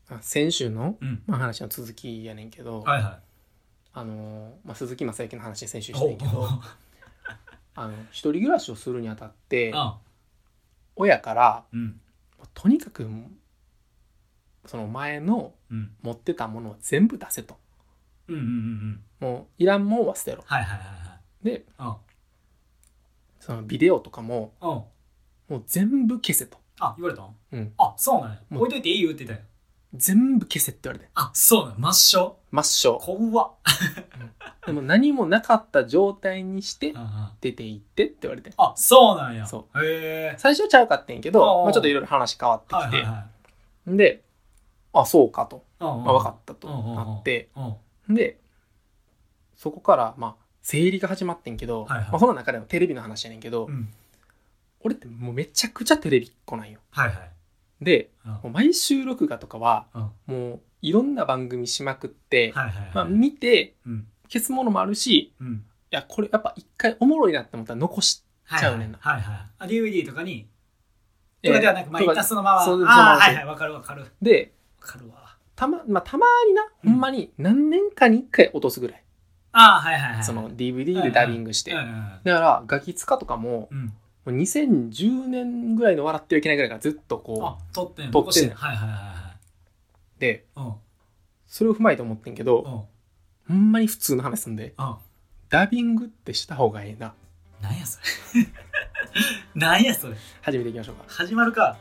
先週の、 うん話の続きやねんけど、 はいはい鈴木雅之の話先週したんやけど一人暮らしをするにあたってあ親からうんとにかくその前のうん持ってたものを全部出せと、 うんうんうんうんもういらんもんは捨てろ。 はいはいはいはいであそのビデオとかもあもう全部消せと、 あ言われたんうん、 あそうなんやもう置いといていいよって言ったんや全部消せって言われてあそうなん抹消抹消怖っでも何もなかった状態にしてあ出て行ってって言われて、 そうなんやそへえ最初はちゃうかってんけど、 ああちょっといろいろ話変わってきて、 はいはいはいでそうかと、 分分かったとなってでそこから整理が始まってんけど、 はいはいその中でもテレビの話やねんけど、 うん俺ってもうめちゃくちゃテレビっ子なんよ。 はいはいでうんもう毎週録画とかはうんもういろんな番組しまくって、 はいはいはい見てうん消すものもあるし、 うんいやこれやっぱ一回おもろいなって思ったら残しちゃうねんな。 はいはい DVD とかにとかではなくとか一旦そのままそうはいはいわかるわかるわでかるわたまにな、ほんまに何年かに一回落とすぐらい、 はいはいはいその DVD でダビングして、 うんうんだからガキ使とかもうんもう2010年ぐらいの笑ってはいけないぐらいからずっとこ撮ってん撮ってんのはいはいはうでいはいそれを踏まえて思ってんけど、 うんほんまに普通の話すんでうんダビングってした方がいいな。 なんやそれなんやそれ始めていきましょうか。 始まるか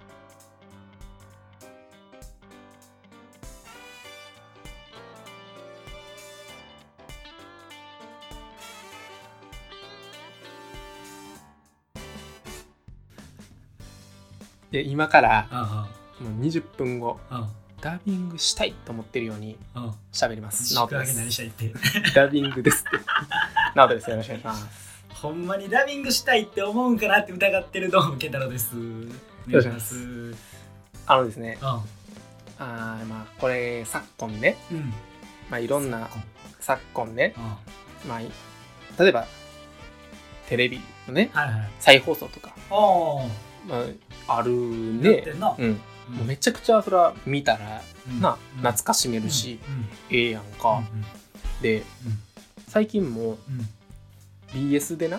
で今からうんもう20分後うんダビングしたいと思ってるようにうん喋ります。 宿直人で泊何す。 したいってダビングですって直人です。よろしくお願いします。 ほんまにダビングしたいって思うんかなって疑ってるどうも健太郎ですよろしくお願いしますうんですねこれ昨今ねいろんな昨今ね例えばテレビのねはいはい再放送とか、 おあるやねってんなもうめちゃくちゃそれは見たら懐かしめるるし、ええやんか、で最近も BS でな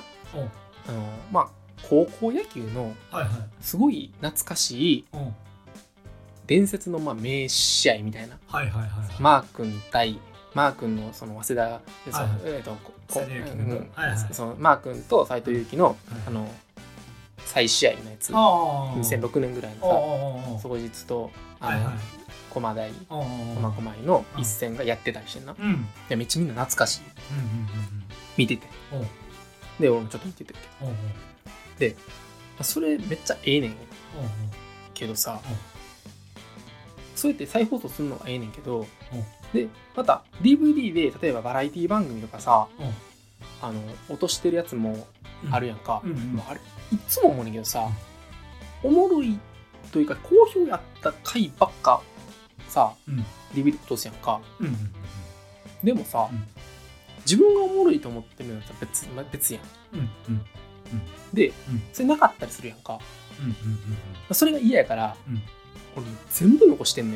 高校野球のはいはいすごい懐かしい伝説の名試合みたいな、 はいはいはいマー君のその早稲田斉藤由貴君とはいはいそのマー君と斉藤由貴の再試合のやつ2006年ぐらいのさそこ実と駒大苫小牧の一戦がやってたりしてんな。でめっちゃみんな懐かしい見ててで俺もちょっと見ててでそれめっちゃええねんけどさそうやって再放送するのはええねんけどでまた DVD で例えばバラエティ番組とかさ落としてるやつもあるやんか、あれいつも思うねんけどさおもろいというか好評やった回ばっかさ、DVD 落とすやんか、でもさ、自分がおもろいと思ってるのと別やん、で、それなかったりするやんか、それが嫌やから、俺全部残してんのよ。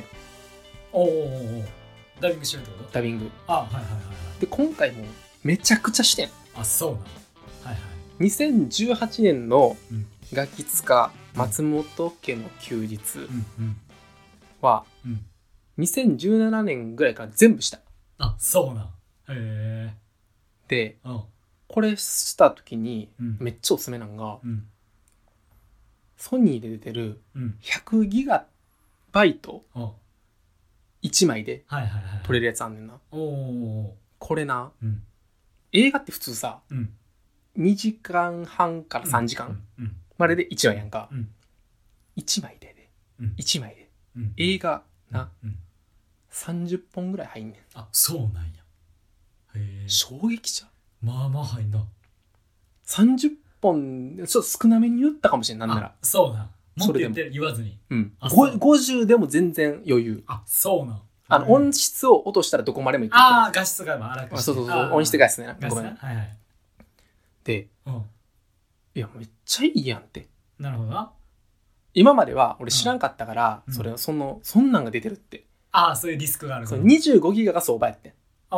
ダビングしてるってこと？ ダビングはいはいはいはいで今回もめちゃくちゃしてん。 そうなのはいはい 2018年のガキ使松本家の休日は2017年ぐらいから全部した。 そうなんへでこれした時にめっちゃおすすめなんが、ソニーで出てる100ギガバイト1枚で撮れるやつあんねんな。これな、映画って普通さ、2時間半から3時間までで1話やんか、1枚で1枚で、映画な、30本ぐらい入んねん。 そうなんや衝撃じゃん。 まあまあ入んな 30本ちょっと少なめに言ったかもしれん。なんならそうなんもっと言って言わずに 50でも全然余裕。 そうなん音質を落としたらどこまでもいく。 画質が荒くしてそう音質画質ね。ごめん。 はいはいで、いやめっちゃいいやんって。 なるほどな。 今までは俺知らんかったから、そんなんが出てるって。 そういうディスクがあるから。 25ギガが相場やってん。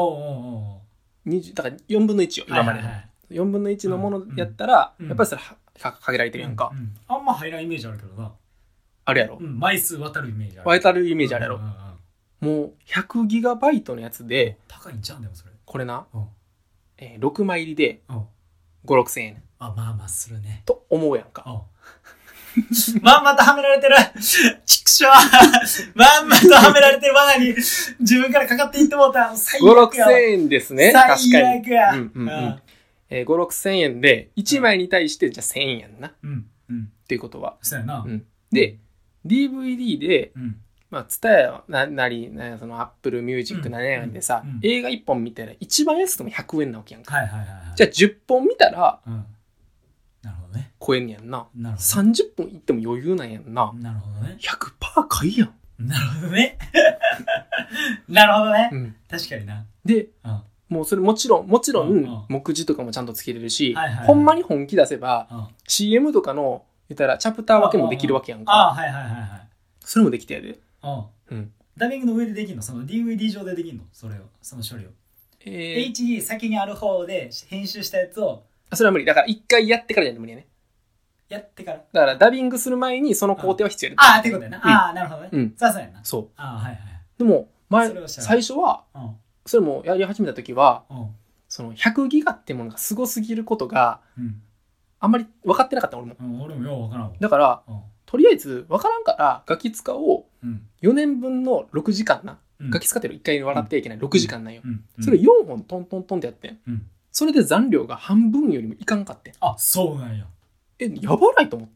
だから4分の1よ、今までの。4分の1のものやったら、やっぱりそれ限られてるやんか。 あんま入らんイメージあるけどな。 あるやろ。 枚数渡るイメージある。 渡るイメージあるやろ。もう100ギガバイトのやつで、 高いんちゃうんだよ、それ。 これな、6枚入りで5、6千円。 まあするね。 と思うやんか。 まんまとはめられてる。畜生。まんまとはめられてる罠に自分からかかっていってもうた。最悪や。 5、6千円ですね。 確かに。最悪や。 5、6千円で1枚に対してじゃあ1000円やんな。っていうことは。 そうやな。 で、DVD で、まあ、TSUTAYAなり、その Apple Music なりでさ、映画1本見たら一番安くても100円なわけやんか。じゃあ10本見たら、 なるほどね。 超えんねやんな。30本いっても余裕なんやんな。 なるほどね。 100% 買いやん。 なるほどね。なるほどね。確かにな。 で、もうそれもちろん、目次とかもちゃんとつけれるし、ほんまに本気出せば、CM とかの、言ったらチャプター分けもできるわけやんか。それもできてやで。 ダビングの上でできんの？その DVD 上でできんの？その処理を。HD 先にある方で編集したやつを。 それは無理。だから一回やってからじゃ無理やね。 やってから。 だからダビングする前にその工程は必要や。ってことやな。なるほどね。そうやな。 そう。 はいはい。 でも最初はそれもやり始めた時はその100ギガってものがすごすぎることがあんまり分かってなかった俺も。 俺もよう分からん。 だからとりあえず分からんからガキ使を4年分の6時間な。ガキ使ってる1回笑ってはいけない6時間なんよ。それ4本トントントンってやってん。それで残量が半分よりもいかんかってん。 そうなんや。 やばないと思って。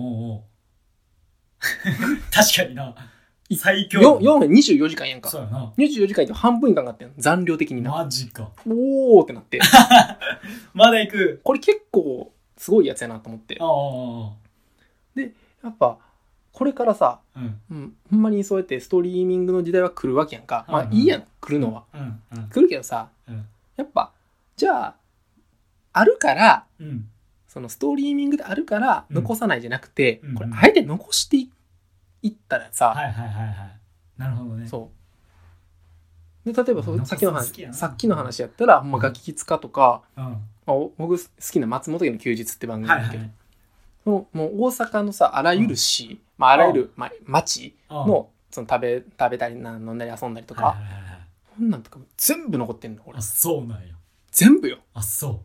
確かにな。最強。 4本24時間やんか。 そうやな。 24時間で半分いかんかってん。残量的にな。 マジか。 おーってなって。 まだ行く。 これ結構すごいやつやなと思って。で、やっぱ、これからさ、ほんまにそうやってストリーミングの時代は来るわけやんか。まあいいやん、来るのは。来るけどさ、やっぱ、じゃあ、あるから、そのストリーミングであるから残さないじゃなくて、これあえて残していったらさ、 なるほどね。 そう。で、例えばさっきの話やったら、ほんまガキ使とか、僕好きな松本家の休日って番組だけど、もう大阪のさ、あらゆる市、あらゆる町のその食べたり飲んだり遊んだりとか、こんなんとか全部残ってんの俺。 そうなんや。 全部よ。 そう。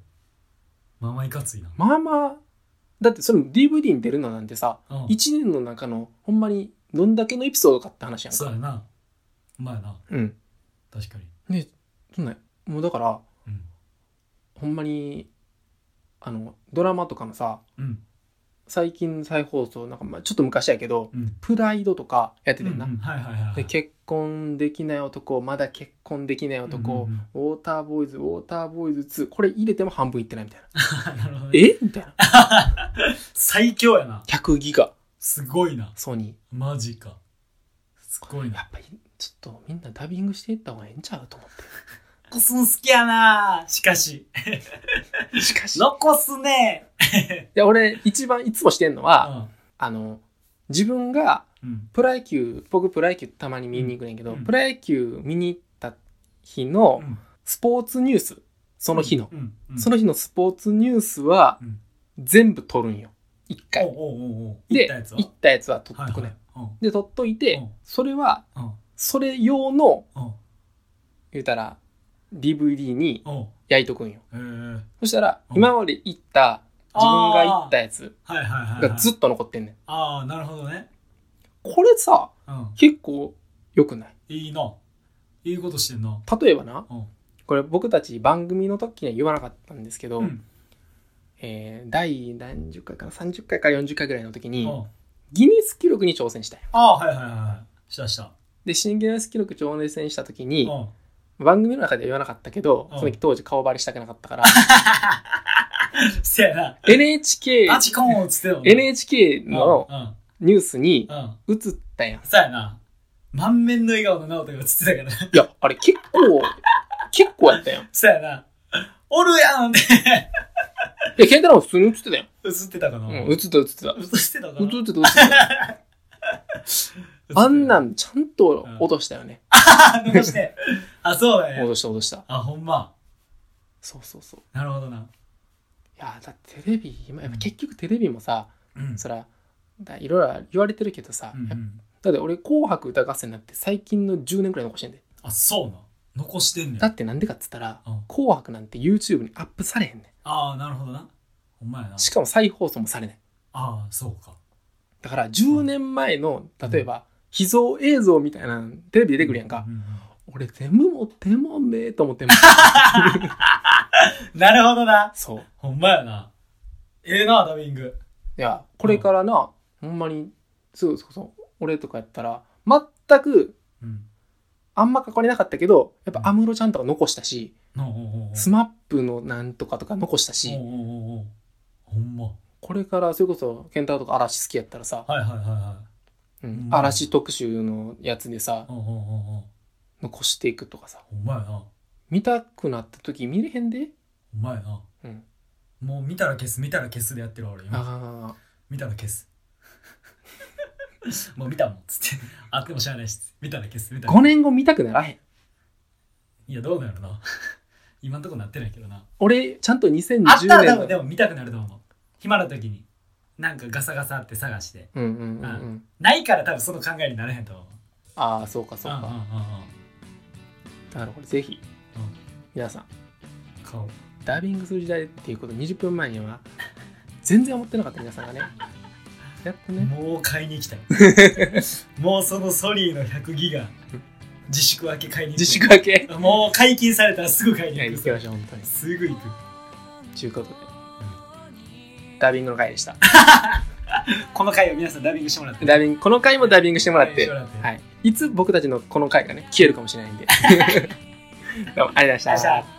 まあまあいかついな。 まあまあ、だってそれも DVD に出るのなんてさ、1年の中のほんまにどんだけのエピソードかって話やんか。 そうやな。まあな。確かに。ね、そんなもうだから、ほんまにドラマとかのさ、最近再放送なんかちょっと昔やけど、プライドとかやっててんな。で結婚できない男、まだ結婚できない男、ウォーターボーイズ2、これ入れても半分いってないみたいな。なるほどね。みたいな。 最強やな。 100ギガ。 すごいな。 ソニー。マジか。すごいな。 やっぱりちょっとみんなダビングしていった方がええんちゃうと思って。 残すん好きやな。しかし残すね。 いや俺一番いつもしてんのは、自分がプロ野球、僕プロ野球たまに見に行くねんけど、プロ野球見に行った日のスポーツニュース、その日のスポーツニュースは全部撮るんよ。一回で行ったやつは撮っとくね。で撮っといて、それはそれ用の言うたらDVD に焼いとくんよ。そしたら今まで行った自分が行ったやつがずっと残ってんねん。 なるほどね。 これさ、結構良くない？ いいな。いいことしてんな。 例えばな、これ僕たち番組の時には言わなかったんですけど、第何十回かな、30回から40回ぐらいの時にギネス記録に挑戦したよ。 した。で新ギネス記録挑戦した時に、番組の中では言わなかったけど、その時当時顔バレしたくなかったからせやな。 NHK のニュースに映ったやん。 そうやな。満面の笑顔の直人が映ってたからな。 いや、あれ結構やったやん。 そうやな。おるやんっていや、ケンタロウも普通に映ってたよ。 映ってたかな。 うん、映ってた。 映ってたかな。 映ってた。あんなんちゃんと落としたよね。 残して。あ、そうだね。 落とした。 あ、ほんま。 そう。 なるほどな。 いや、だってテレビ、今、やっぱ結局テレビもさ、そら、いろいろ言われてるけどさ、だって俺、紅白歌合戦になって最近の10年くらい残してんで。 あ、そうな。残してんねん。 だってなんでかっつったら、紅白なんて YouTube にアップされへんねん。 ああ、なるほどな。ほんまやな。 しかも再放送もされない。 ああ、そうか。 だから10年前の、例えば、秘蔵映像みたいなテレビ出てくるやんか。俺全部持ってんもんねと思ってんもん。 なるほどな。 そう。 ほんまやな。ええな、ダビング。 いや、これからな、ほんまに、そう。俺とかやったら、全く、あんま関わりなかったけど、やっぱ安室ちゃんとか残したし、スマップのなんとかとか残したし、 ほんま。 これからそれこそ、ケンタロウとか嵐好きやったらさ、嵐特集のやつでさ、残していくとかさ、 ほんまやな。 見たくなった時見れへんで。 ほんまやな。もう見たら消すでやってる俺今。見たら消す。もう見たもんっつって。あっても知らないし、見たら消す。 5年後見たくならへん。 いや、どうなるな。今んとこなってないけどな。 俺、ちゃんと2010年。 あったら多分でも見たくなると思う。暇な時に。なんかガサガサって探して。ないから多分その考えになれへんと思う。 ああ、そうか。だからこれぜひ、皆さん、ダービングする時代っていうこと20分前には全然思ってなかった皆さんがね。やっとね。 もう買いに行きたい。もうそのソニーの100ギガ。自粛明け買いに行く。 自粛明けもう解禁されたらすぐ買いに行く。 行きましょう、本当に。 すぐ行く。 ということで、ダービングの回でした。 この回を皆さんダービングしてもらって。 この回もダービングしてもらって、はい。いつ僕たちのこの回がね、消えるかもしれないんで。どうもありがとうございました。